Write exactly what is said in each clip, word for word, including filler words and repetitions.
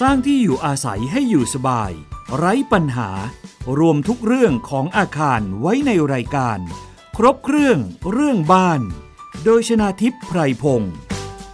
สร้างที่อยู่อาศัยให้อยู่สบายไร้ปัญหารวมทุกเรื่องของอาคารไว้ในรายการครบเครื่องเรื่องบ้านโดยชนาทิพย์ไพรพงศ์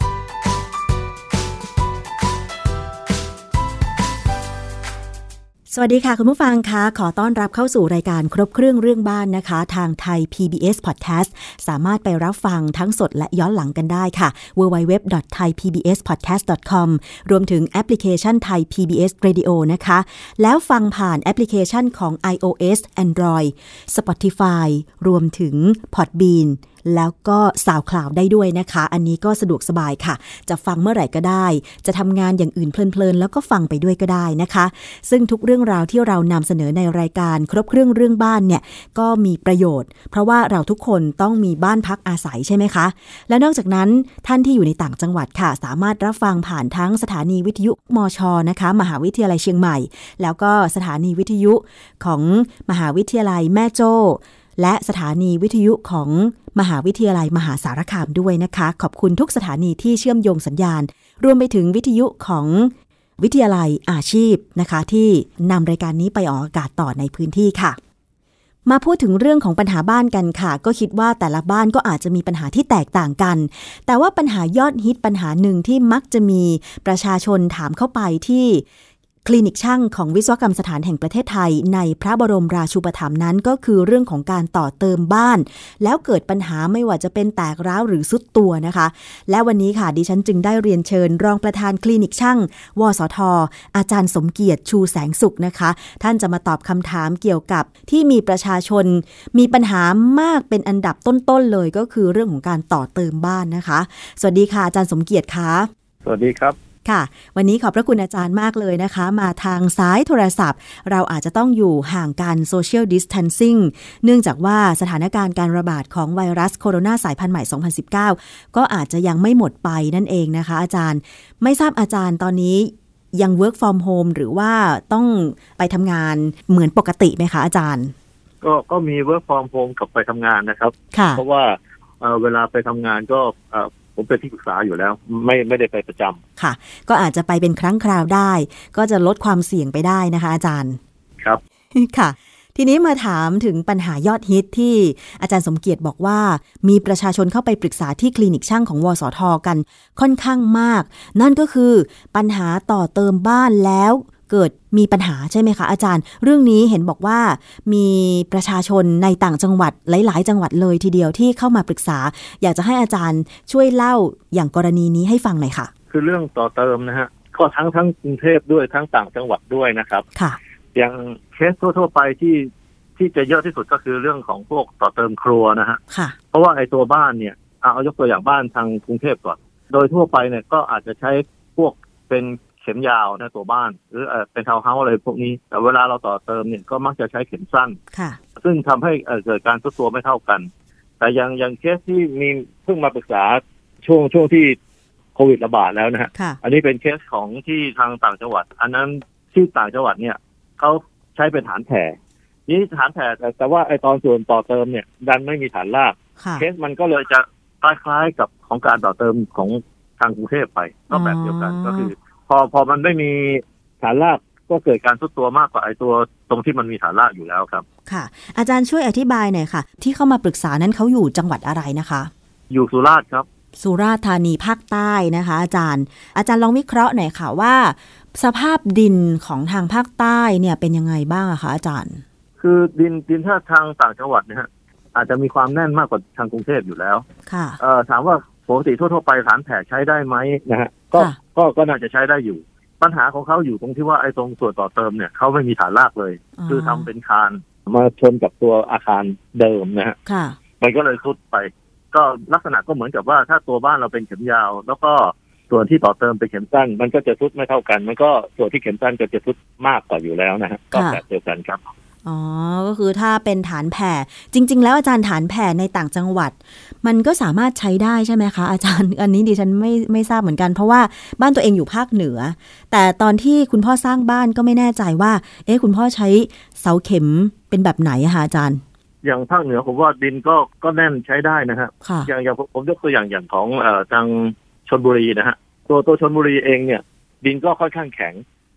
สวัสดีค่ะคุณผู้ฟังคะขอต้อนรับเข้าสู่รายการครบเครื่องเรื่องบ้านนะคะทางไทย พี บี เอส Podcast สามารถไปรับฟังทั้งสดและย้อนหลังกันได้ค่ะ ดับเบิลยู ดับเบิลยู ดับเบิลยู ดอท ไทย พี บี เอส พอดแคสต์ ดอท คอม รวมถึงแอปพลิเคชัน Thai พี บี เอส Radio นะคะแล้วฟังผ่านแอปพลิเคชันของ iOS Android Spotify รวมถึง Podbeanแล้วก็ SoundCloud ได้ด้วยนะคะอันนี้ก็สะดวกสบายค่ะจะฟังเมื่อไหร่ก็ได้จะทำงานอย่างอื่นเพลินๆแล้วก็ฟังไปด้วยก็ได้นะคะซึ่งทุกเรื่องราวที่เรานำเสนอในรายการครบเครื่องเรื่องบ้านเนี่ยก็มีประโยชน์เพราะว่าเราทุกคนต้องมีบ้านพักอาศัยใช่ไหมคะและนอกจากนั้นท่านที่อยู่ในต่างจังหวัดค่ะสามารถรับฟังผ่านทั้งสถานีวิทยุมช.นะคะมหาวิทยาลัยเชียงใหม่แล้วก็สถานีวิทยุของมหาวิทยาลัยแม่โจ้และสถานีวิทยุของมหาวิทยาลัยมหาสารคามด้วยนะคะขอบคุณทุกสถานีที่เชื่อมโยงสัญญาณรวมไปถึงวิทยุของวิทยาลัยอาชีพนะคะที่นำรายการนี้ไปออกอากาศต่อในพื้นที่ค่ะมาพูดถึงเรื่องของปัญหาบ้านกันค่ะก็คิดว่าแต่ละบ้านก็อาจจะมีปัญหาที่แตกต่างกันแต่ว่าปัญหายอดฮิตปัญหาหนึ่งที่มักจะมีประชาชนถามเข้าไปที่คลินิกช่างของวิศวกรรมสถานแห่งประเทศไทยในพระบรมราชูปถัมภ์นั้นก็คือเรื่องของการต่อเติมบ้านแล้วเกิดปัญหาไม่ว่าจะเป็นแตกร้าวหรือทรุดตัวนะคะและวันนี้ค่ะดิฉันจึงได้เรียนเชิญรองประธานคลินิกช่างวสท.อาจารย์สมเกียรติชูแสงสุขนะคะท่านจะมาตอบคำถามเกี่ยวกับที่มีประชาชนมีปัญหามากเป็นอันดับต้นๆเลยก็คือเรื่องของการต่อเติมบ้านนะคะสวัสดีค่ะอาจารย์สมเกียรติค่ะสวัสดีครับค่ะวันนี้ขอบพระคุณอาจารย์มากเลยนะคะมาทางสายโทรศัพท์เราอาจจะต้องอยู่ห่างกัน Social Distancing เนื่องจากว่าสถานการณ์การระบาดของไวรัสโคโรนาสายพันธุ์ใหม่สองพันสิบเก้าก็อาจจะยังไม่หมดไปนั่นเองนะคะอาจารย์ไม่ทราบอาจารย์ตอนนี้ยัง work from home หรือว่าต้องไปทำงานเหมือนปกติไหมคะอาจารย์ก็ก็มี work from home กับไปทำงานนะครับเพราะว่าเอ่อเวลาไปทำงานก็เอ่อผมเป็นที่ปรึกษาอยู่แล้วไม่ไม่ได้ไปประจำค่ะก็อาจจะไปเป็นครั้งคราวได้ก็จะลดความเสี่ยงไปได้นะคะอาจารย์ครับค่ะทีนี้มาถามถึงปัญหายอดฮิตที่อาจารย์สมเกียรติบอกว่ามีประชาชนเข้าไปปรึกษาที่คลินิกช่างของวสท.กันค่อนข้างมากนั่นก็คือปัญหาต่อเติมบ้านแล้วเกิดมีปัญหาใช่ไหมคะอาจารย์เรื่องนี้เห็นบอกว่ามีประชาชนในต่างจังหวัดหลายๆจังหวัดเลยทีเดียวที่เข้ามาปรึกษาอยากจะให้อาจารย์ช่วยเล่าอย่างกรณีนี้ให้ฟังหน่อยค่ะคือเรื่องต่อเติมนะฮะก็ทั้งทั้งกรุงเทพด้วยทั้งต่างจังหวัดด้วยนะครับค่ะอย่างเคสทั่วๆไปที่ที่จะเยอะที่สุดก็คือเรื่องของพวกต่อเติมครัวนะฮะค่ะเพราะว่าไอ้ตัวบ้านเนี่ยเอายกตัวอย่างบ้านทางกรุงเทพก่อนโดยทั่วไปเนี่ยก็อาจจะใช้พวกเป็นเข็มยาวในตัวบ้านหรือเอ่อเป็นทาวน์เฮ้าส์อะไรพวกนี้แต่เวลาเราต่อเติมเนี่ยก็มักจะใช้เข็มสั้นค่ะซึ่งทำให้เอ่อเกิดการทรุดตัวไม่เท่ากันแต่อย่างอย่างเคสที่มีเพิ่งมาปรึกษาช่วงช่วงที่โควิดระบาดแล้วนะฮะอันนี้เป็นเคสของที่ทางต่างจังหวัดอันนั้นที่ต่างจังหวัดเนี่ยเขาใช้เป็นฐานแผ่นี้ฐานแผ่แต่แต่ว่าไอตอนส่วนต่อเติมเนี่ยดันไม่มีฐานรากเคสมันก็เลยจะคล้ายๆกับของการต่อเติมของทางกรุงเทพไปก็แบบเดียวกันก็คือพอพอมันไม่มีฐานรากก็เกิดการทรุดตัวมากกว่าไอ้ตัวตรงที่มันมีฐานรากอยู่แล้วครับค่ะอาจารย์ช่วยอธิบายหน่อยค่ะที่เข้ามาปรึกษานั้นเขาอยู่จังหวัดอะไรนะคะอยู่สุราษฎร์ครับสุราษฎร์ธานีภาคใต้นะคะอาจารย์อาจารย์ลองวิเคราะห์หน่อยค่ะว่าสภาพดินของทางภาคใต้เนี่ยเป็นยังไงบ้างอะคะอาจารย์คือดินดินถ้าทางต่างจังหวัดเนี่ยฮะอาจจะมีความแน่นมากกว่าทางกรุงเทพอยู่แล้วค่ะเอ่อถามว่าปกติทั่วๆไปฐานแผ่ใช้ได้ไหมนะฮะก็ก็ก็น่าจะใช้ได้อยู่ปัญหาของเขาอยู่ตรงที่ว่าไอ้ตรงส่วนต่อเติมเนี่ยเขาไม่มีฐานรากเลยคือทำเป็นคานมาชนกับตัวอาคารเดิมนะฮะมันก็เลยทรุดไปก็ลักษณะก็เหมือนกับว่าถ้าตัวบ้านเราเป็นเข็มยาวแล้วก็ส่วนที่ต่อเติมเป็นเข็มสั้นมันก็จะทรุดไม่เท่ากันมันก็ส่วนที่เข็มสั้นก็จะทรุดมากกว่าอยู่แล้วนะฮะก็แบบเดียวกันครับอ๋อก็คือถ้าเป็นฐานแผ่จริงๆแล้วอาจารย์ฐานแผ่ในต่างจังหวัดมันก็สามารถใช้ได้ใช่ไหมคะอาจารย์อันนี้ดิฉันไม่ไม่ทราบเหมือนกันเพราะว่าบ้านตัวเองอยู่ภาคเหนือแต่ตอนที่คุณพ่อสร้างบ้านก็ไม่แน่ใจว่าเอ๊ะคุณพ่อใช้เสาเข็มเป็นแบบไหนคะอาจารย์อย่างภาคเหนือผมว่าดินก็ก็แน่นใช้ได้นะฮะอย่างอย่างผมยกตัวอย่างอย่างของเอ่อทางชลบุรีนะฮะตัวตัวชลบุรีเองเนี่ยดินก็ค่อนข้างแข็ง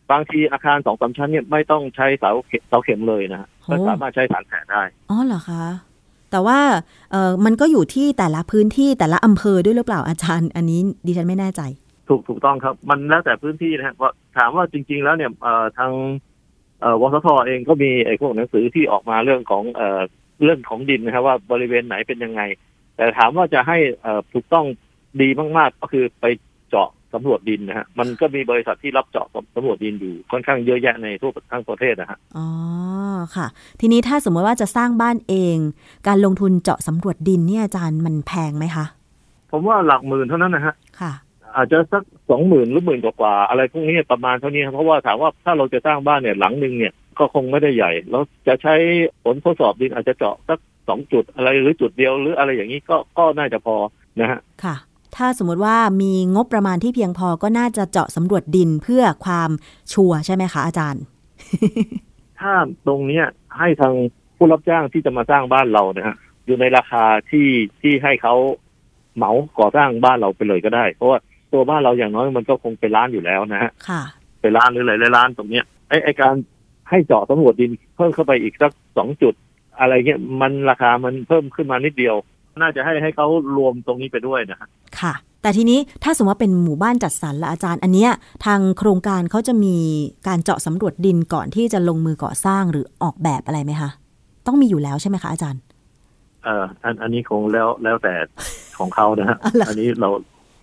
บางทีอาคารสองสามชั้นเนี่ยไม่ต้องใช้เสาเสาเข็มเลยนะก็สามารถใช้ฐานแผ่ได้อ๋อเหรอคะแต่ว่าเออมันก็อยู่ที่แต่ละพื้นที่แต่ละอำเภอด้วยหรือเปล่าอาจารย์อันนี้ดิฉันไม่แน่ใจถูกถูกต้องครับมันแล้วแต่พื้นที่นะฮะว่าถามว่าจริงๆแล้วเนี่ยทางวสท.เองก็มีไอ้พวกหนังสือที่ออกมาเรื่องของเอ่อเรื่องของดินนะครับว่าบริเวณไหนเป็นยังไงแต่ถามว่าจะให้ถูกต้องดีมากๆก็คือไปเจาะสำรวจดินนะฮะมันก็มีบริษัทที่รับเจาะสำรวจดินอยู่ค่อนข้างเยอะแยะในทั่วทั้งประเทศนะฮะอ๋อค่ะทีนี้ถ้าสมมติว่าจะสร้างบ้านเองการลงทุนเจาะสำรวจดินเนี่ยอาจารย์มันแพงไหมคะผมว่าหลักหมื่นเท่านั้นนะฮะค่ะอาจจะสักสองหมื่นหรือหมื่นกว่าอะไรพวกนี้ประมาณเท่านี้เพราะว่าถามว่าถ้าเราจะสร้างบ้านเนี่ยหลังนึงเนี่ยก็คงไม่ได้ใหญ่แล้วจะใช้ผลทดสอบดินอาจจะเจาะสักสองจุดอะไรหรือจุดเดียวหรืออะไรอย่างนี้ก็ก็น่าจะพอนะฮะค่ะถ้าสมมติว่ามีงบประมาณที่เพียงพอก็น่าจะเจาะสำรวจดินเพื่อความชัวร์ใช่ไหมคะอาจารย์ถ้าตรงนี้ให้ทางผู้รับจ้างที่จะมาสร้างบ้านเรานะฮะอยู่ในราคาที่ที่ให้เขาเหมาก่อสร้างบ้านเราไปเลยก็ได้เพราะว่าตัวบ้านเราอย่างน้อยมันก็คงเป็นล้านอยู่แล้วนะฮะค่ะเป็นล้านหรือหลายล้านตรงเนี้ยไอ้ไอ้การให้เจาะสำรวจดินเพิ่มเข้าไปอีกสักสองจุดอะไรเงี้ยมันราคามันเพิ่มขึ้นมานิดเดียวน่าจะให้ให้เขารวมตรงนี้ไปด้วยนะฮะค่ะแต่ทีนี้ถ้าสมมติว่าเป็นหมู่บ้านจัดสรรละอาจารย์อันเนี้ยทางโครงการเขาจะมีการเจาะสำรวจดินก่อนที่จะลงมือก่อสร้างหรือออกแบบอะไรไหมคะต้องมีอยู่แล้วใช่ไหมคะอาจารย์เอ่ออันอันนี้คงแล้วแล้วแต่ของเขานะฮะ อันนี้เรา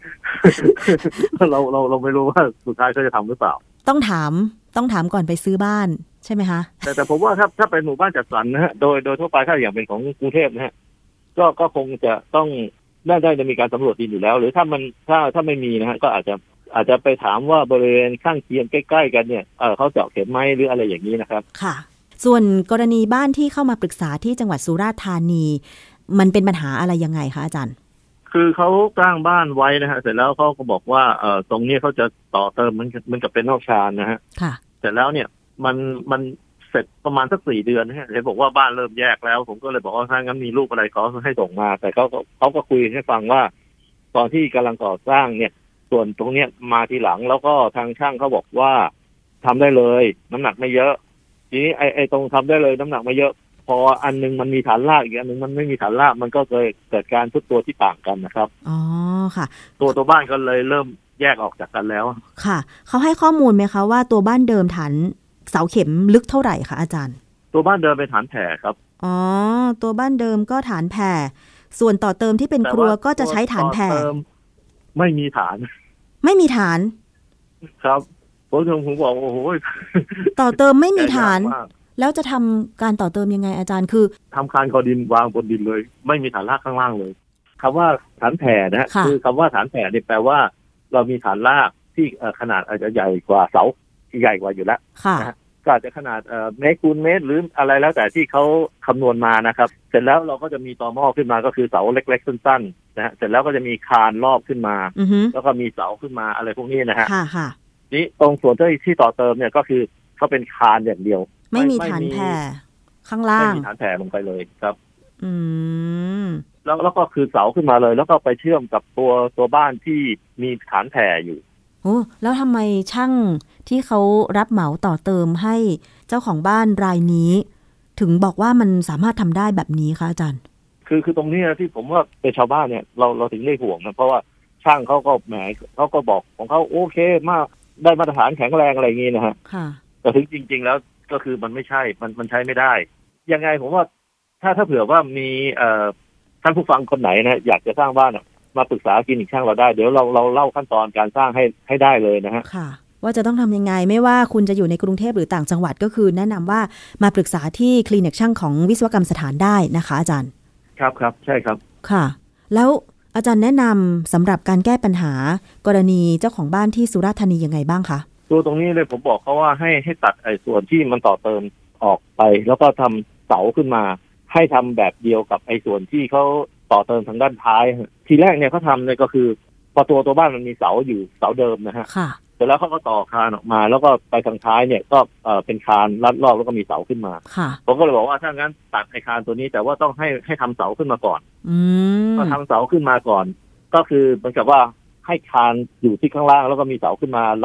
เราเราเราไม่รู้ว่าสุดท้ายเขาจะทำหรือเปล่าต้องถามต้องถามก่อนไปซื้อบ้านใช่ไหมคะแต่แต่ผมว่าถ้าถ้าเป็นหมู่บ้านจัดสรรนะฮะโดยโดยทั่วไปถ้าอย่างเป็นของกรุงเทพนะฮะก็ก็คงจะต้องได้ได้จะมีการสำรวจดินอยู่แล้วหรือถ้ามันถ้าถ้าไม่มีนะฮะก็อาจจะอาจจะไปถามว่าบริเวณข้างเคียงใกล้ๆกันเนี่ยเออเขาเจาะเข็มไหมหรืออะไรอย่างนี้นะครับค่ะส่วนกรณีบ้านที่เข้ามาปรึกษาที่จังหวัดสุราษฎร์ธานีมันเป็นปัญหาอะไรยังไงคะอาจารย์คือเขาสร้างบ้านไว้นะฮะเสร็จแล้วเขาก็บอกว่าเออตรงนี้เขาจะต่อเติมมันมันกับเป็นนอกชานนะฮะค่ะเสร็จแล้วเนี่ยมันมันเสร็จประมาณสักสี่เดือนนะฮะเห็นบอกว่าบ้านเริ่มแยกแล้วผมก็เลยบอกว่าถ้างั้นมีรูปอะไรเขาให้ส่งมาแต่เขาเขาก็คุยให้ฟังว่าตอนที่กำลังก่อสร้างเนี่ยส่วนตรงเนี้ยมาทีหลังแล้วก็ทางช่างเขาบอกว่าทำได้เลยน้ำหนักไม่เยอะทีนี้ไอ้ไอ้ตรงทำได้เลยน้ำหนักไม่เยอะพออันนึงมันมีฐานรากอีกอันนึงมันไม่มีฐานรากมันก็เลยเกิดการทุบตัวที่ต่างกันนะครับอ๋อค่ะตัวตัวบ้านก็เลยเริ่มแยกออกจากกันแล้วค่ะเขาให้ข้อมูลไหมคะว่าตัวบ้านเดิมฐานเสาเข็มลึกเท่าไหร่คะอาจารย์ตัวบ้านเดิมเป็นฐานแผ่ครับอ๋อตัวบ้านเดิมก็ฐานแผ่ส่วนต่อเติมที่เป็นครัวก็จะใช้ฐานแผ่ไม่มีฐานไม่มีฐานครับผมถึงผมบอกโอ้โหต่อเติมไม่มีฐานแล้วจะทำการต่อเติมยังไงอาจารย์คือทำคานคอดินวางบนดินเลยไม่มีฐานรากข้างล่างเลยคำว่าฐานแผ่นะฮะคือคำว่าฐานแผ่เนี่ยแปลว่าเรามีฐานรากที่ขนาดอาจจะใหญ่กว่าเสาที่ใหญ่กว่าอยู่แล้วนะฮะก็อาจจะขนาดเมตรคูณเมตรหรืออะไรแล้วแต่ที่เขาคำนวณมานะครับเสร็จแล้วเราก็จะมีตอหม้อขึ้นมาก็คือเสาเล็กๆสั้นๆนะฮะเสร็จแล้วก็จะมีคานรอบขึ้นมาแล้วก็มีเสาขึ้นมาอะไรพวกนี้นะฮะนี่ตรงส่วนที่ที่ต่อเติมเนี่ยก็คือเขาเป็นคานอย่างเดียวไม่มีฐานแผ่ข้างล่างไม่มีฐานแผ่ลงไปเลยครับอืมแล้วแล้วก็คือเสาขึ้นมาเลยแล้วก็ไปเชื่อมกับตัวตัวบ้านที่มีฐานแผ่อยู่โอ้แล้วทำไมช่างที่เขารับเหมาต่อเติมให้เจ้าของบ้านรายนี้ถึงบอกว่ามันสามารถทำได้แบบนี้คะอาจารย์คือคือตรงนี้นะที่ผมว่าเป็นชาวบ้านเนี่ยเราเราถึงได้ห่วงนะเพราะว่าช่างเขาก็แหมเขาก็บอกของเขาโอเคมากได้มาตรฐานแข็งแรงอะไรอย่างนี้นะฮะแต่ถึงจริงๆแล้วก็คือมันไม่ใช่มันมันใช้ไม่ได้ยังไงผมว่าถ้าถ้าเผื่อว่ามีเอ่อท่านผู้ฟังคนไหนนะอยากจะสร้างบ้านมาปรึกษาคลินิกช่างเราได้เดี๋ยวเราเราเล่าขั้นตอนการสร้างให้ให้ได้เลยนะฮะค่ะว่าจะต้องทำยังไงไม่ว่าคุณจะอยู่ในกรุงเทพหรือต่างจังหวัดก็คือแนะนำว่ามาปรึกษาที่คลินิกช่างของวิศวกรรมสถานได้นะคะอาจารย์ครับครับใช่ครับค่ะแล้วอาจารย์แนะนำสำหรับการแก้ปัญหากรณีเจ้าของบ้านที่สุราษฎร์ธานียังไงบ้างคะตัวตรงนี้เลยผมบอกเขาว่าให้ให้ตัดไอ้ส่วนที่มันต่อเติมออกไปแล้วก็ทำเสาขึ้นมาให้ทำแบบเดียวกับไอ้ส่วนที่เขาต่อเติมทางด้านท้ายทีแรกเนี่ยเขาทำเนี่ยก็คือพอตัวตัวบ้านมันมีเสาอยู่เสาเดิมนะฮะเสร็จแล้วเขาก็ต่อคานออกมาแล้วก็ไปทางท้ายเนี่ยก็เอ่อเป็นคานลัดรอบแล้วก็มีเสาขึ้นมาผมก็เลยบอกว่าถ้างั้นตัดไอ้คานตัวนี้แต่ว่าต้องให้ให้ทำเสาขึ้นมาก่อนก็ทำเสาขึ้นมาก่อนก็คือเหมือนกับว่าให้คานอยู่ที่ข้างล่างแล้วก็มีเสาขึ้นมารับ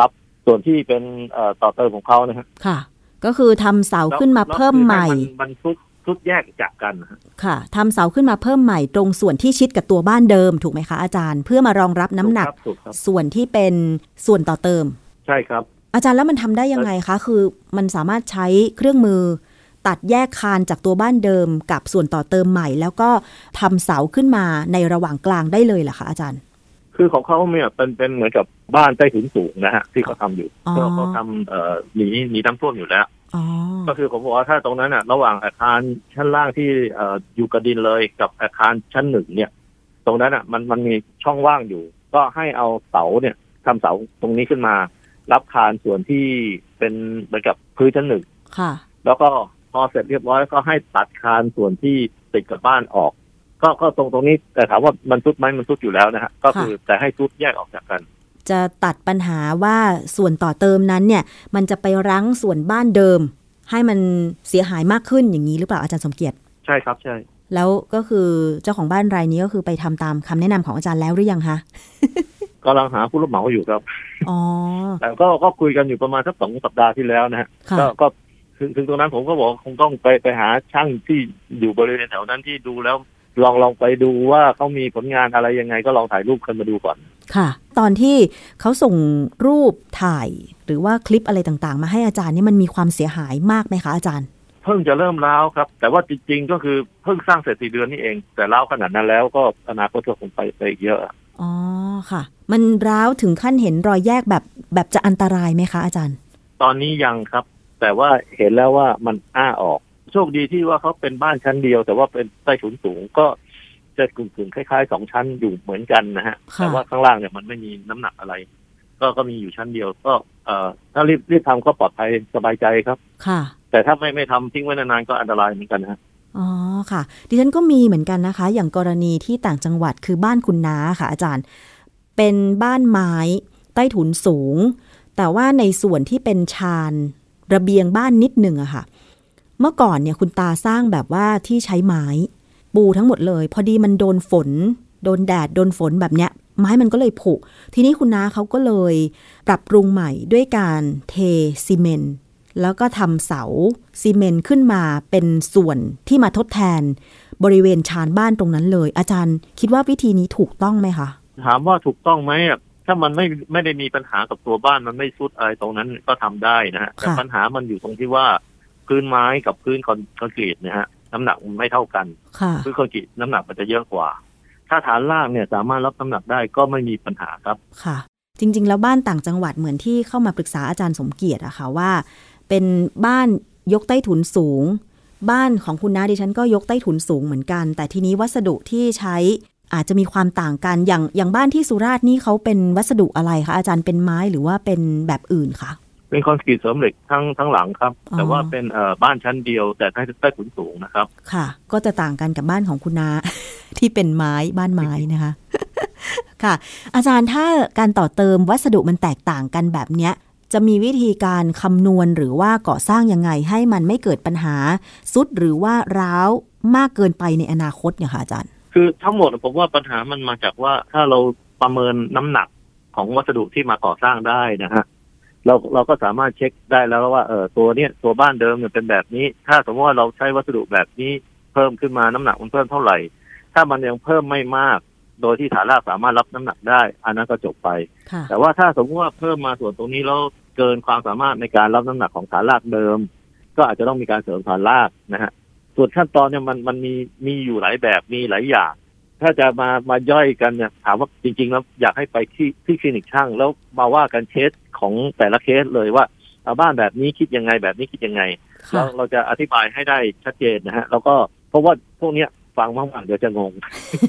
ส่วนที่เป็นเอ่อต่อเติมของเขานะฮะค่ะก็คือทำเสาขึ้นมาเพิ่มใหม่มันซุดซุดแยกจากกันค่ะทำเสาขึ้นมาเพิ่มใหม่ตรงส่วนที่ชิดกับตัวบ้านเดิมถูกไหมคะอาจารย์เพื่อมารองรับน้ำหนักส่วนที่เป็นส่วนต่อเติมใช่ครับอาจารย์แล้วมันทำได้ยังไงคะคือมันสามารถใช้เครื่องมือตัดแยกคานจากตัวบ้านเดิมกับส่วนต่อเติมใหม่แล้วก็ทำเสาขึ้นมาในระหว่างกลางได้เลยเหรอคะอาจารย์คือของเขาเนี่ยเป็นเป็นเหมือนกับบ้านใต้ถุนสูงนะฮะที่เขาทำอยู่เขาเขาทำเอ่อหนีหนีน้ำท่วมอยู่แล้วก็คือผมบอกว่าถ้าตรงนั้นอ่ะระหว่างอาคารชั้นล่างที่เอ่ออยู่กับดินเลยกับอาคารชั้นหนึ่งเนี่ยตรงนั้นอ่ะมันมันมีช่องว่างอยู่ก็ให้เอาเสาเนี่ยทำเสาตรงนี้ขึ้นมารับคานส่วนที่เป็นเหมือนกับพื้นชั้นหนึ่งค่ะแล้วก็พอเสร็จเรียบร้อยก็ให้ตัดคานส่วนที่ติดกับบ้านออกก็ก็ตรงตรงนี้แต่ถามว่ามันซุดไหมมันซุดอยู่แล้วนะฮะก็คือแต่ให้ซุดแยกออกจากกันจะตัดปัญหาว่าส่วนต่อเติมนั้นเนี่ยมันจะไปรั้งส่วนบ้านเดิมให้มันเสียหายมากขึ้นอย่างนี้หรือเปล่าอาจารย์สมเกียรติใช่ครับใช่แล้วก็คือเจ้าของบ้านรายนี้ก็คือไปทำตามคำแนะนำของอาจารย์แล้วหรือยังคะกำลังหาผู้รับเหมาอยู่ครับอ๋อแต่ก็ก็คุยกันอยู่ประมาณสักสองสัปดาห์ที่แล้วนะฮะก็ก็ถึงถึงตรงนั้นผมก็บอกคงต้องไปไปหาช่างที่อยู่บริเวณแถวนั้นที่ดูแล้วลองลองไปดูว่าเขามีผลงานอะไรยังไงก็ลองถ่ายรูปกันมาดูก่อนค่ะตอนที่เขาส่งรูปถ่ายหรือว่าคลิปอะไรต่างๆมาให้อาจารย์นี่มันมีความเสียหายมากไหมคะอาจารย์เพิ่งจะเริ่มร้าวครับแต่ว่าจริงๆก็คือเพิ่งสร้างเสร็จสี่เดือนนี่เองแต่ร้าวขนาดนั้นแล้วก็อนาคตก็คงไปไปอีกเยอะอ๋อค่ะมันร้าวถึงขั้นเห็นรอยแยกแบบแบบจะอันตรายไหมคะอาจารย์ตอนนี้ยังครับแต่ว่าเห็นแล้วว่ามันอ้าออกโชคดีที่ว่าเขาเป็นบ้านชั้นเดียวแต่ว่าเป็นใต้ถุนสูงก็จะกึ่งๆคล้ายๆสองชั้นอยู่เหมือนกันนะฮะแต่ว่าข้างล่างเนี่ยมันไม่มีน้ำหนักอะไรก็ก็มีอยู่ชั้นเดียวก็เอ่อถ้ารีบรีบทำก็ปลอดภัยสบายใจครับค่ะแต่ถ้าไม่ไม่ทำทิ้งไว้นานๆก็อันตรายเหมือนกันนะอ๋อค่ะดิฉันก็มีเหมือนกันนะคะอย่างกรณีที่ต่างจังหวัดคือบ้านคุณน้าค่ะอาจารย์เป็นบ้านไม้ใต้ถุนสูงแต่ว่าในส่วนที่เป็นชานระเบียงบ้านนิดหนึ่งอะค่ะเมื่อก่อนเนี่ยคุณตาสร้างแบบว่าที่ใช้ไม้ปูทั้งหมดเลยพอดีมันโดนฝนโดนแดดโดนฝนแบบเนี้ยไม้มันก็เลยผุทีนี้คุณน้าเขาก็เลยปรับปรุงใหม่ด้วยการเทซีเมนต์แล้วก็ทำเสาซีเมนต์ขึ้นมาเป็นส่วนที่มาทดแทนบริเวณชานบ้านตรงนั้นเลยอาจารย์คิดว่าวิธีนี้ถูกต้องไหมคะถามว่าถูกต้องไหมถ้ามันไม่ไม่ได้มีปัญหากับตัวบ้านมันไม่ซุดอะไรตรงนั้นก็ทำได้นะฮะแต่ปัญหามันอยู่ตรงที่ว่าพื้นไม้กับพื้นคอนกรีตนะฮะน้ำหนักมันไม่เท่ากันพื้นคอนกรีตน้ำหนักมันจะเยอะกว่าถ้าฐานล่างเนี่ยสามารถรับน้ำหนักได้ก็ไม่มีปัญหาครับค่ะจริงๆแล้วบ้านต่างจังหวัดเหมือนที่เข้ามาปรึกษาอาจารย์สมเกียรติอะค่ะว่าเป็นบ้านยกใต้ถุนสูงบ้านของคุณน้าดิฉันก็ยกใต้ถุนสูงเหมือนกันแต่ทีนี้วัสดุที่ใช้อาจจะมีความต่างกันอย่างอย่างบ้านที่สุราษฎร์นี่เขาเป็นวัสดุอะไรคะอาจารย์เป็นไม้หรือว่าเป็นแบบอื่นคะเป็นคอนกรีตเสริมเหล็กทั้งทั้งหลังครับแต่ว่าเป็นเอ่อบ้านชั้นเดียวแต่ใต้ใต้ถุนสูงนะครับค่ะก็จะต่างกันกับบ้านของคุณน้า ที่เป็นไม้บ้านไม้นะคะ ค่ะอาจารย์ถ้าการต่อเติมวัสดุมันแตกต่างกันแบบเนี้ยจะมีวิธีการคำนวณหรือว่าก่อสร้างยังไงให้มันไม่เกิดปัญหาซุดหรือว่าร้าวมากเกินไปในอนาคตเนี่ยค่ะอาจารย์คือทั้งหมดผมว่าปัญหามันมาจากว่าถ้าเราประเมินน้ำหนักของวัสดุที่มาก่อสร้างได้นะฮะเราเราก็สามารถเช็คได้แล้วว่าเออตัวเนี้ยตัวบ้านเดิมเนี่ยเป็นแบบนี้ถ้าสมมติว่าเราใช้วัสดุแบบนี้เพิ่มขึ้นมาน้ำหนักมันเพิ่มเท่าไหร่ถ้ามันยังเพิ่มไม่มากโดยที่ฐานรากสามารถรับน้ำหนักได้อันนั้นก็จบไปแต่ว่าถ้าสมมติว่าเพิ่มมาส่วนตรงนี้แล้วเกินความสามารถในการรับน้ำหนักของฐานรากเดิมก็อาจจะต้องมีการเสริมฐานรากนะฮะส่วนขั้นตอนเนี่ยมันมันมีมีอยู่หลายแบบมีหลายอย่างถ้าจะมามาย่อยกันเนี่ยถามว่าจริงๆแล้วอยากให้ไปที่ที่คลินิกช่างแล้วมาว่ากันเคสของแต่ละเคสเลยว่าบ้านแบบนี้คิดยังไงแบบนี้คิดยังไงแล้วเราจะอธิบายให้ได้ชัดเจนนะฮะแล้วก็เพราะว่าพวกเนี้ยฟังมากๆเดี๋ยวจะงง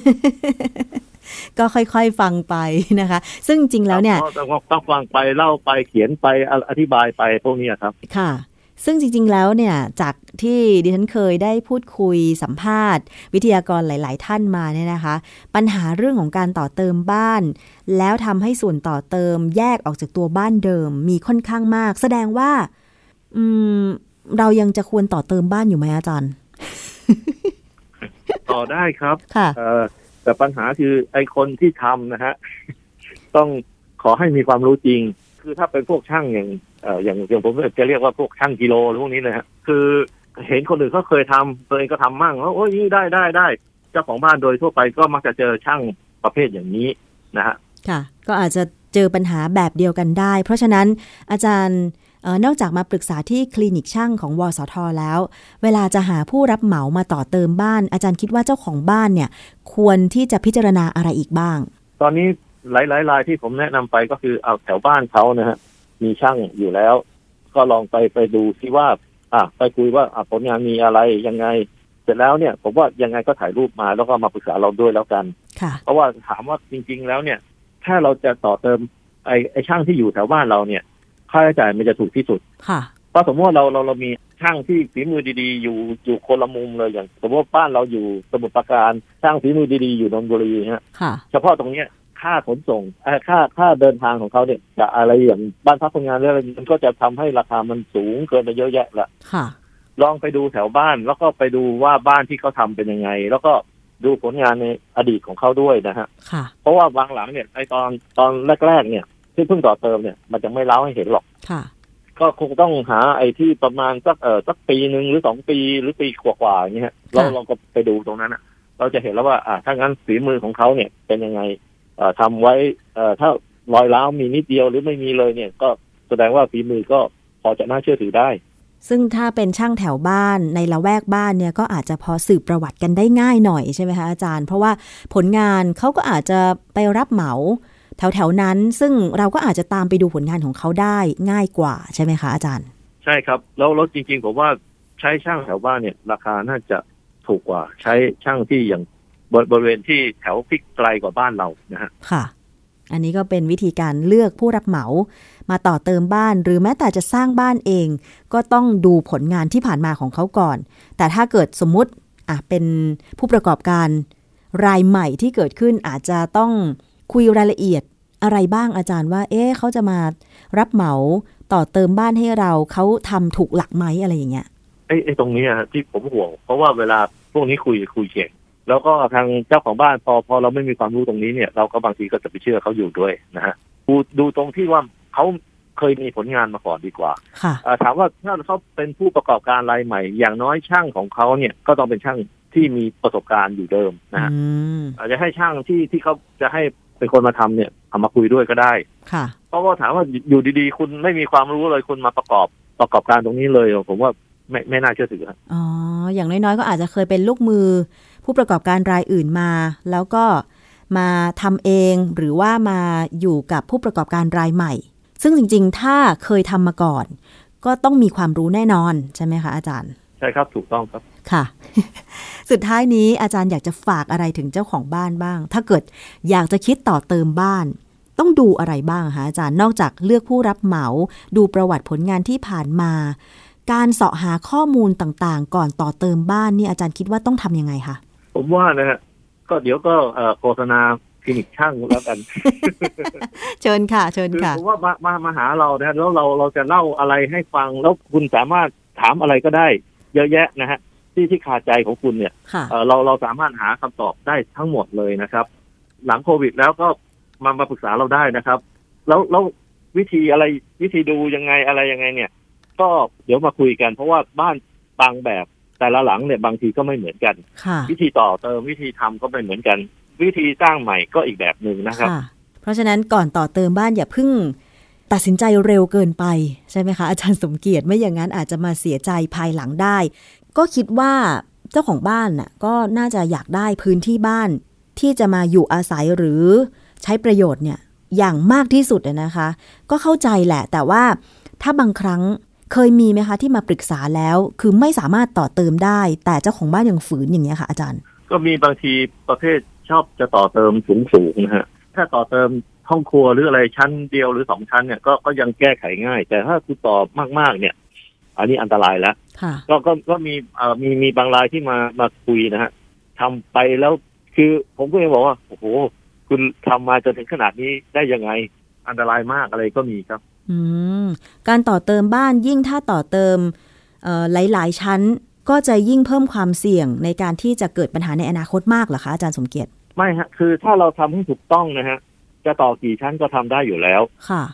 ก็ค่อยๆฟังไปนะคะซึ่งจริงแล้วเนี่ยต้องฟังไปเล่าไปเขียนไปอธิบายไปพวกนี้ครับค่ะซึ่งจริงๆแล้วเนี่ยจากที่ดิฉันเคยได้พูดคุยสัมภาษณ์วิทยากรหลายๆท่านมาเนี่ยนะคะปัญหาเรื่องของการต่อเติมบ้านแล้วทำให้ส่วนต่อเติมแยกออกจากตัวบ้านเดิมมีค่อนข้างมากแสดงว่าอืมเรายังจะควรต่อเติมบ้านอยู่ไหมอาจารย์ต่อได้ครับค่ะแต่ปัญหาคือไอ้คนที่ทำนะฮะต้องขอให้มีความรู้จริงคือถ้าเป็นพวกช่างอย่างเอ่ออย่างอย่างผมจะเรียกว่าพวกช่างกิโลหรือพวกนี้นะฮะคือเห็นคนอื่นเขาเคยทำตัวเองก็ทำมั่งแล้วโอ้ยนี่ได้ได้ได้เจ้าของบ้านโดยทั่วไปก็มักจะเจอช่างประเภทอย่างนี้นะฮะค่ะก็อาจจะเจอปัญหาแบบเดียวกันได้เพราะฉะนั้นอาจารย์เอ่อนอกจากมาปรึกษาที่คลินิกช่างของวสทแล้วเวลาจะหาผู้รับเหมามาต่อเติมบ้านอาจารย์คิดว่าเจ้าของบ้านเนี่ยควรที่จะพิจารณาอะไรอีกบ้างตอนนี้หลายๆรายที่ผมแนะนำไปก็คือเอาแถวบ้านเขานะฮะมีช่างอยู่แล้วก็ลองไปไปดูซิว่าอ่ะไปคุยว่าอ่ะผลงานมีอะไรยังไงเสร็จแล้วเนี่ยผมว่ายังไงก็ถ่ายรูปมาแล้วก็มาปรึกษาเราด้วยแล้วกันเพราะว่าถามว่าจริงๆแล้วเนี่ยถ้าเราจะต่อเติมไอ้ไอ้ช่างที่อยู่แถวบ้านเราเนี่ยค่าใช้จ่ายมันจะถูกที่สุดเพราะสมมติว่าเราเราเรามีช่างที่ฝีมือดีๆอยู่อยู่คนละมุมเลยอย่างสมมติว่าบ้านเราอยู่สมุทรปราการช่างฝีมือดีๆอยู่นนทบุรีฮะเฉพาะตรงเนี้ยค่าขนส่งค่าค่าเดินทางของเขาเนี่ยจะอะไรอย่างบ้านพักคนงานอะไรมันก็จะทำให้ราคามันสูงเกินไปเยอะแยะละลองไปดูแถวบ้านแล้วก็ไปดูว่าบ้านที่เขาทาเป็นยังไงแล้วก็ดูผลงานในอดีตของเขาด้วยนะฮะเพราะว่าบางหลังเนี่ยไอตอนตอนแรกๆเนี่ยที่เพิ่งต่อเติมเนี่ยมันจะไม่เล่าให้เห็นหรอกก็คงต้องหาไอ้ที่ประมาณสักเออสักปีหนึ่งหรือสองปีหรือปีกว่าๆอย่างเงี้ยเราเราก็ไปดูตรงนั้นอ่ะเราจะเห็นแล้วว่าอ่าถ้างั้นฝีมือของเขาเนี่ยเป็นยังไงเอ่อทำไว้เอ่อถ้ารอยร้าวมีนิดเดียวหรือไม่มีเลยเนี่ยก็แสดงว่าฝีมือก็พอจะน่าเชื่อถือได้ซึ่งถ้าเป็นช่างแถวบ้านในละแวกบ้านเนี่ยก็อาจจะพอสืบประวัติกันได้ง่ายหน่อยใช่ไหมคะอาจารย์เพราะว่าผลงานเขาก็อาจจะไปรับเหมาแถวๆนั้นซึ่งเราก็อาจจะตามไปดูผลงานของเขาได้ง่ายกว่าใช่ไหมคะอาจารย์ใช่ครับแล้วแล้วจริงๆผมว่าใช้ช่างแถวบ้านเนี่ยราคาน่าจะถูกกว่าใช้ช่างที่อย่างบริเวณที่แถวที่ไกลกว่าบ้านเรานะฮะค่ะอันนี้ก็เป็นวิธีการเลือกผู้รับเหมามาต่อเติมบ้านหรือแม้แต่จะสร้างบ้านเองก็ต้องดูผลงานที่ผ่านมาของเขาก่อนแต่ถ้าเกิดสมมุติอ่ะเป็นผู้ประกอบการรายใหม่ที่เกิดขึ้นอาจจะต้องคุยรายละเอียดอะไรบ้างอาจารย์ว่าเอ๊ะเขาจะมารับเหมาต่อเติมบ้านให้เราเขาทำถูกหลักไหมอะไรอย่างเงี้ยไอ้ไอ้ตรงนี้อะที่ผมห่วงเพราะว่าเวลาพวกนี้คุยคุยเก่งแล้วก็ทางเจ้าของบ้านพอพอเราไม่มีความรู้ตรงนี้เนี่ยเราก็บางทีก็จะไปเชื่อเขาอยู่ด้วยนะฮะดูดูตรงที่ว่าเขาเคยมีผลงานมาก่อนดีกว่าถามว่าถ้าเขาเป็นผู้ประกอบการรายใหม่อย่างน้อยช่างของเขาเนี่ยก็ต้องเป็นช่างที่มีประสบการณ์อยู่เดิมนะฮะอาจจะให้ช่างที่ที่เขาจะให้เป็นคนมาทำเนี่ยเอามาคุยด้วยก็ได้เพราะว่าถามว่าอยู่ดีๆคุณไม่มีความรู้เลยคุณมาประกอบประกอบการตรงนี้เลยผมว่าไม่ไม่น่าเชื่อถืออ๋ออย่างน้อยๆก็อาจจะเคยเป็นลูกมือผู้ประกอบการรายอื่นมาแล้วก็มาทำเองหรือว่ามาอยู่กับผู้ประกอบการรายใหม่ซึ่งจริงๆถ้าเคยทำมาก่อนก็ต้องมีความรู้แน่นอนใช่ไหมคะอาจารย์ใช่ครับถูกต้องครับค่ะ สุดท้ายนี้อาจารย์อยากจะฝากอะไรถึงเจ้าของบ้านบ้างถ้าเกิดอยากจะคิดต่อเติมบ้านต้องดูอะไรบ้างคะอาจารย์นอกจากเลือกผู้รับเหมาดูประวัติผลงานที่ผ่านมาการเสาะหาข้อมูลต่างๆก่อนต่อเติมบ้านนี่อาจารย์คิดว่าต้องทำยังไงคะผมว่านะฮะก็เดี๋ยวก็โฆษณาคลินิกช่างแล้วกันเชิญค่ะเชิญค่ะคือว่ามามามาหาเรานะแล้วเราเราจะเล่าอะไรให้ฟังแล้วคุณสามารถถามอะไรก็ได้เยอะแยะนะฮะที่ที่คาใจของคุณเนี่ยเราเราสามารถหาคำตอบได้ทั้งหมดเลยนะครับหลังโควิดแล้วก็มามาปรึกษาเราได้นะครับแล้วแล้ววิธีอะไรวิธีดูยังไงอะไรยังไงเนี่ยก็เดี๋ยวมาคุยกันเพราะว่าบ้านบางแบบแต่ละหลังเนี่ยบางทีก็ไม่เหมือนกันวิธีต่อเติมวิธีทำก็ไม่เหมือนกันวิธีสร้างใหม่ก็อีกแบบนึงนะครับเพราะฉะนั้นก่อนต่อเติมบ้านอย่าเพิ่งตัดสินใจเร็วเกินไปใช่ไหมคะอาจารย์สมเกียรติไม่อย่างนั้นอาจจะมาเสียใจภายหลังได้ก็คิดว่าเจ้าของบ้านน่ะก็น่าจะอยากได้พื้นที่บ้านที่จะมาอยู่อาศัยหรือใช้ประโยชน์เนี่ยอย่างมากที่สุดนะคะก็เข้าใจแหละแต่ว่าถ้าบางครั้งเคยมีไหมคะที่มาปรึกษาแล้วคือไม่สามารถต่อเติมได้แต่เจ้าของบ้านยังฝืนอย่างเงี้ยค่ะอาจารย์ก็มีบางทีประเภทชอบจะต่อเติมสูงๆนะฮะถ้าต่อเติมห้องครัวหรืออะไรชั้นเดียวหรือสองชั้นเนี่ยก็ก็ยังแก้ไขง่ายแต่ถ้าคุณต่อมากๆเนี่ยอันนี้อันตรายแล้วก็ก็ก็มีเอ่อมีมีบางรายที่มามาคุยนะฮะทำไปแล้วคือผมก็ยังบอกว่าโอ้โหคุณทำมาจนถึงขนาดนี้ได้ยังไงอันตรายมากอะไรก็มีครับอืมการต่อเติมบ้านยิ่งถ้าต่อเติมเอ่อหลายๆชั้นก็จะยิ่งเพิ่มความเสี่ยงในการที่จะเกิดปัญหาในอนาคตมากเหรอคะอาจารย์สมเกียรติไม่ฮะคือถ้าเราทำให้ถูกต้องนะฮะจะต่อกี่ชั้นก็ทำได้อยู่แล้วค่ะ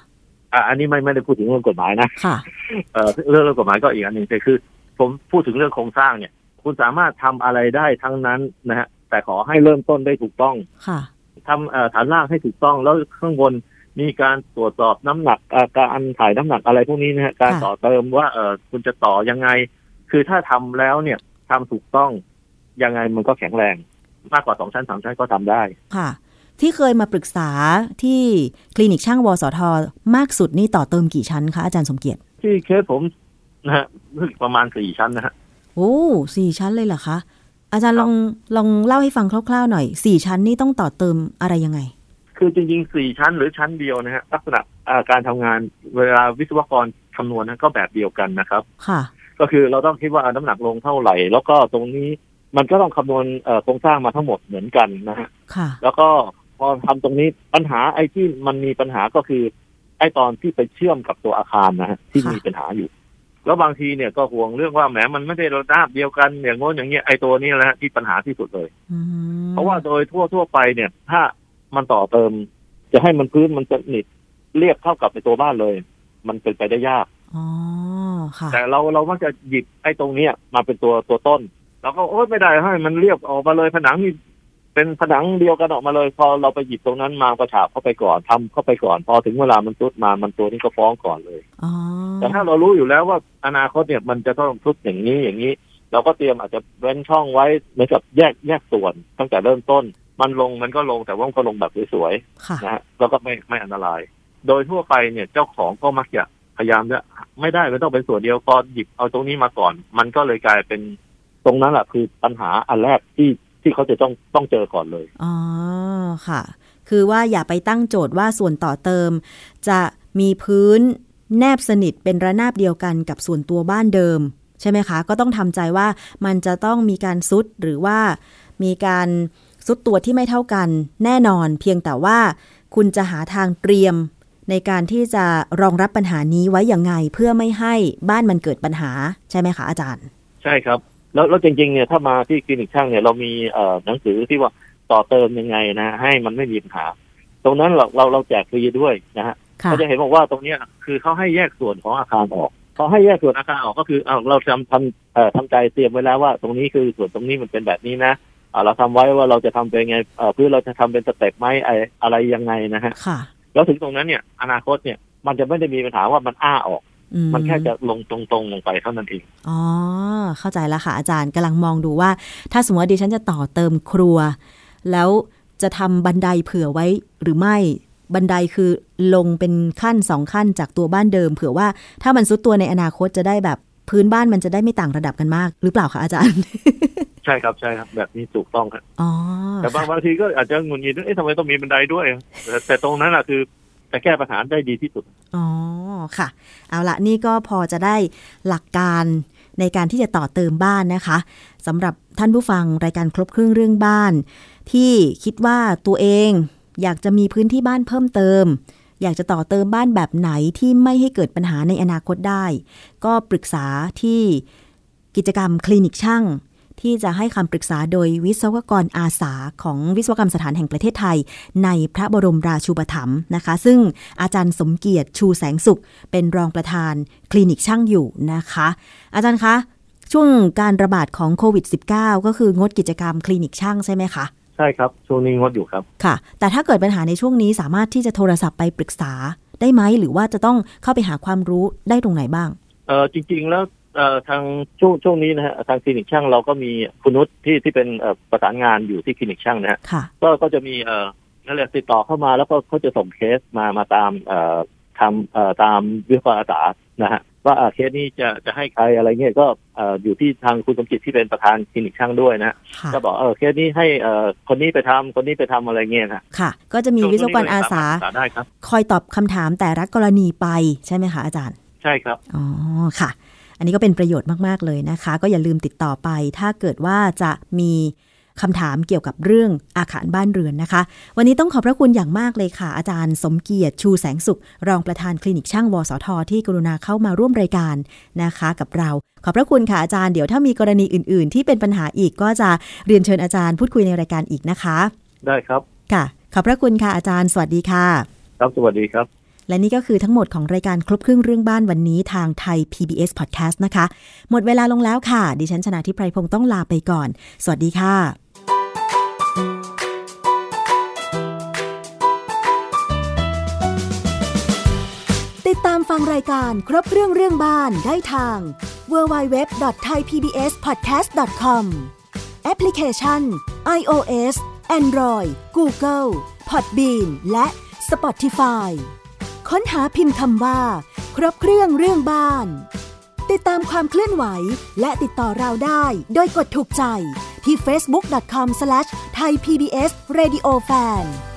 อ่าอันนี้ไม่ไม่ได้พูดถึงเรื่องกฎหมายนะค่ะเอ่อเรื่องเรื่องกฎหมายก็อีกอันหนึ่งแต่คือผมพูดถึงเรื่องโครงสร้างเนี่ยคุณสามารถทำอะไรได้ทั้งนั้นนะฮะแต่ขอให้เริ่มต้นได้ถูกต้องค่ะทำเอ่อฐานล่างให้ถูกต้องแล้วข้างบนมีการตรวจสอบน้ำหนักอาการถ่ายน้ำหนักอะไรพวกนี้นะฮะการต่อเติมว่าเออคุณจะต่อยังไงคือถ้าทำแล้วเนี่ยทำถูกต้องยังไงมันก็แข็งแรงมากกว่าสองชั้นสามชั้นก็ทำได้ค่ะที่เคยมาปรึกษาที่คลินิกช่างวสทมากสุดนี่ต่อเติมกี่ชั้นคะอาจารย์สมเกียรติที่เคสผมนะฮะประมาณสี่ชั้นนะฮะโอ้สี่ชั้นเลยเหรอคะอาจารย์ลองลองเล่าให้ฟังคร่าวๆหน่อยสี่ชั้นนี่ต้องต่อเติมอะไรยังไงคือจริงๆสี่ชั้นหรือชั้นเดียวนะฮะลักษณะการทำงานเวลาวิศวกรคำนวณนะก็แบบเดียวกันนะครับค่ะก็คือเราต้องคิดว่าน้ำหนักลงเท่าไหร่แล้วก็ตรงนี้มันก็ต้องคำนวณโครงสร้างมาทั้งหมดเหมือนกันนะฮะค่ะแล้วก็พอทำตรงนี้ปัญหาไอ้ที่มันมีปัญหาก็คือไอ้ตอนที่ไปเชื่อมกับตัวอาคารนะฮะที่มีปัญหาอยู่แล้วบางทีเนี่ยก็ห่วงเรื่องว่าแหมมันไม่ได้ระดับเดียวกันอย่างโน้นอย่างเงี้ยไอ้ตัวนี้แหละที่ปัญหาที่สุดเลยเพราะว่าโดยทั่วทั่วไปเนี่ยถ้ามันต่อเติมจะให้มันพื้นมันสนิทเรียบเท่ากับในตัวบ้านเลยมันเป็นไปได้ยากอ๋อค่ะแต่เราเรามักจะหยิบไอ้ตรงนี้มาเป็นตัวตัวต้นเราก็โอ๊ยไม่ได้ให้มันเรียบออกมาเลยผนังนี่เป็นผนังเดียวกันออกมาเลยพอเราไปหยิบตรงนั้นมาประฉาบเข้าไปก่อนทำเข้าไปก่อนพอถึงเวลามันทรุดมามันตัวนี้ก็ฟ้องก่อนเลยอ๋อแต่ถ้าเรารู้อยู่แล้วว่าอนาคตเนี่ยมันจะต้องทรุดอย่างนี้อย่างนี้เราก็เตรียมอาจจะเว้นช่องไว้เหมือนกับแยกแยกส่วนตั้งแต่เริ่มต้นมันลงมันก็ลงแต่ว่ามันก็ลงแบบสวยๆนะฮะแล้วก็ไม่ไม่อันตรายโดยทั่วไปเนี่ยเจ้าของก็มักจะพยายามจะไม่ได้ไม่ต้องเป็นส่วนเดียวพอหยิบเอาตรงนี้มาก่อนมันก็เลยกลายเป็นตรงนั้นแหละคือปัญหาอันแรกที่ที่เขาจะต้องต้องเจอก่อนเลยอ๋อค่ะคือว่าอย่าไปตั้งโจทย์ว่าส่วนต่อเติมจะมีพื้นแนบสนิทเป็นระนาบเดียวกันกับส่วนตัวบ้านเดิมใช่ไหมคะก็ต้องทำใจว่ามันจะต้องมีการซุดหรือว่ามีการซุดตัวที่ไม่เท่ากันแน่นอนเพียงแต่ว่าคุณจะหาทางเตรียมในการที่จะรองรับปัญหานี้ไว้อย่างไงเพื่อไม่ให้บ้านมันเกิดปัญหาใช่ไหมคะอาจารย์ใช่ครับแล้วแล้วจริงๆเนี่ยถ้ามาที่คลินิกช่างเนี่ยเรามีเอ่อหนังสือที่ว่าต่อเติมยังไงนะให้มันไม่มีปัญหาตรงนั้นเราเราเราแจกฟรีด้วยนะฮะก็จะเห็นบอกว่าตรงนี้คือเขาให้แยกส่วนของอาคารออกเขาให้แยกส่วนอาคารออกก็คือเอาเราทำทำเอ่อทำใจเตรียมไว้แล้วว่าตรงนี้คือส่วนตรงนี้มันเป็นแบบนี้นะอ่าเราทำไว้ว่าเราจะทำเป็นไงเอ่อเพื่อเราจะทำเป็นสเต็ปไหมอะไรยังไงนะฮะแล้วถึงตรงนั้นเนี่ยอนาคตเนี่ยมันจะไม่ได้มีปัญหาว่ามันอ้าออกมันแค่จะลงตรงๆลงไปเท่านั้นเองอ๋อเข้าใจแล้วค่ะอาจารย์กำลังมองดูว่าถ้าสมมติว่าดิฉันจะต่อเติมครัวแล้วจะทำบันไดเผื่อไว้หรือไม่บันไดคือลงเป็นขั้นสองขั้นจากตัวบ้านเดิมเผื่อว่าถ้ามันซุดตัวในอนาคตจะได้แบบพื้นบ้านมันจะได้ไม่ต่างระดับกันมากหรือเปล่าคะอาจารย์ใช่ครับใช่ครับแบบนี้ถูกต้องครับอ๋อแต่บางบางทีก็อาจจะงุนงิดเอ๊ะทำไมต้องมีบันไดด้วยแต่แต่ตรงนั้นแหละคือจะแก้ปัญหาได้ดีที่สุดอ๋อค่ะเอาละนี่ก็พอจะได้หลักการในการที่จะต่อเติมบ้านนะคะสำหรับท่านผู้ฟังรายการครบเครื่องเรื่องบ้านที่คิดว่าตัวเองอยากจะมีพื้นที่บ้านเพิ่มเติมอยากจะต่อเติมบ้านแบบไหนที่ไม่ให้เกิดปัญหาในอนาคตได้ก็ปรึกษาที่กิจกรรมคลินิกช่างที่จะให้คำปรึกษาโดยวิศวกรอาสาของวิศวกรรมสถานแห่งประเทศไทยในพระบรมราชูปถัมภ์นะคะซึ่งอาจารย์สมเกียรติชูแสงสุขเป็นรองประธานคลินิกช่างอยู่นะคะอาจารย์คะช่วงการระบาดของโควิด สิบเก้า ก็คืองดกิจกรรมคลินิกช่างใช่ไหมคะใช่ครับช่วงนี้งดอยู่ครับค่ะแต่ถ้าเกิดปัญหาในช่วงนี้สามารถที่จะโทรศัพท์ไปปรึกษาได้ไหมหรือว่าจะต้องเข้าไปหาความรู้ได้ตรงไหนบ้างเออจริงๆแล้วเอ่อทางช่วงช่วงนี้นะฮะทางคลินิกช่างเราก็มีคุณนุชที่ที่เป็นเอ่อประสานงานอยู่ที่คลินิกช่างนะฮะก็ก็จะมีเอ่อนั่นแหละติดต่อเข้ามาแล้วก็เขาจะส่งเคสมามาตามเอ่อทำเอ่อตามวิศวกรอาสานะฮะว่าเคสนี้จะจะให้ใครอะไรเงี้ยก็เอ่ออยู่ที่ทางคุณสมจิตที่เป็นประธานคลินิกช่างด้วยนะก็บอกเออเคสนี้ให้เอ่อคนนี้ไปทำคนนี้ไปทำอะไรเงี้ยนะค่ะก็จะมีวิศวกรอาสาคอยตอบคำถามแต่ละกรณีไปใช่ไหมคะอาจารย์ใช่ครับอ๋อค่ะอันนี้ก็เป็นประโยชน์มากๆเลยนะคะก็อย่าลืมติดต่อไปถ้าเกิดว่าจะมีคำถามเกี่ยวกับเรื่องอาคารบ้านเรือนนะคะวันนี้ต้องขอบพระคุณอย่างมากเลยค่ะอาจารย์สมเกียรติชูแสงสุขรองประธานคลินิกช่างวสทที่กรุณาเข้ามาร่วมรายการนะคะกับเราขอบพระคุณค่ะอาจารย์เดี๋ยวถ้ามีกรณีอื่นๆที่เป็นปัญหาอีกก็จะเรียนเชิญอาจารย์พูดคุยในรายการอีกนะคะได้ครับค่ะขอบพระคุณค่ะอาจารย์สวัสดีค่ะครับสวัสดีครับและนี่ก็คือทั้งหมดของรายการครบเครื่องเรื่องบ้านวันนี้ทางไทย พี บี เอส Podcast นะคะหมดเวลาลงแล้วค่ะดิฉันชนาธิไพรพงศ์ต้องลาไปก่อนสวัสดีค่ะติดตามฟังรายการครบเครื่องเรื่องบ้านได้ทาง ดับเบิลยู ดับเบิลยู ดับเบิลยู ดอท ไทย พี บี เอส พอดแคสต์ ดอท คอม แอปพลิเคชัน iOS Android Google Podbean และ Spotify ค้นหาพิมพ์คำว่าครบเครื่องเรื่องบ้านติดตามความเคลื่อนไหวและติดต่อเราได้โดยกดถูกใจที่ เฟซบุ๊ก ดอท คอม สแลช ไทย พี บี เอส เรดิโอ แฟน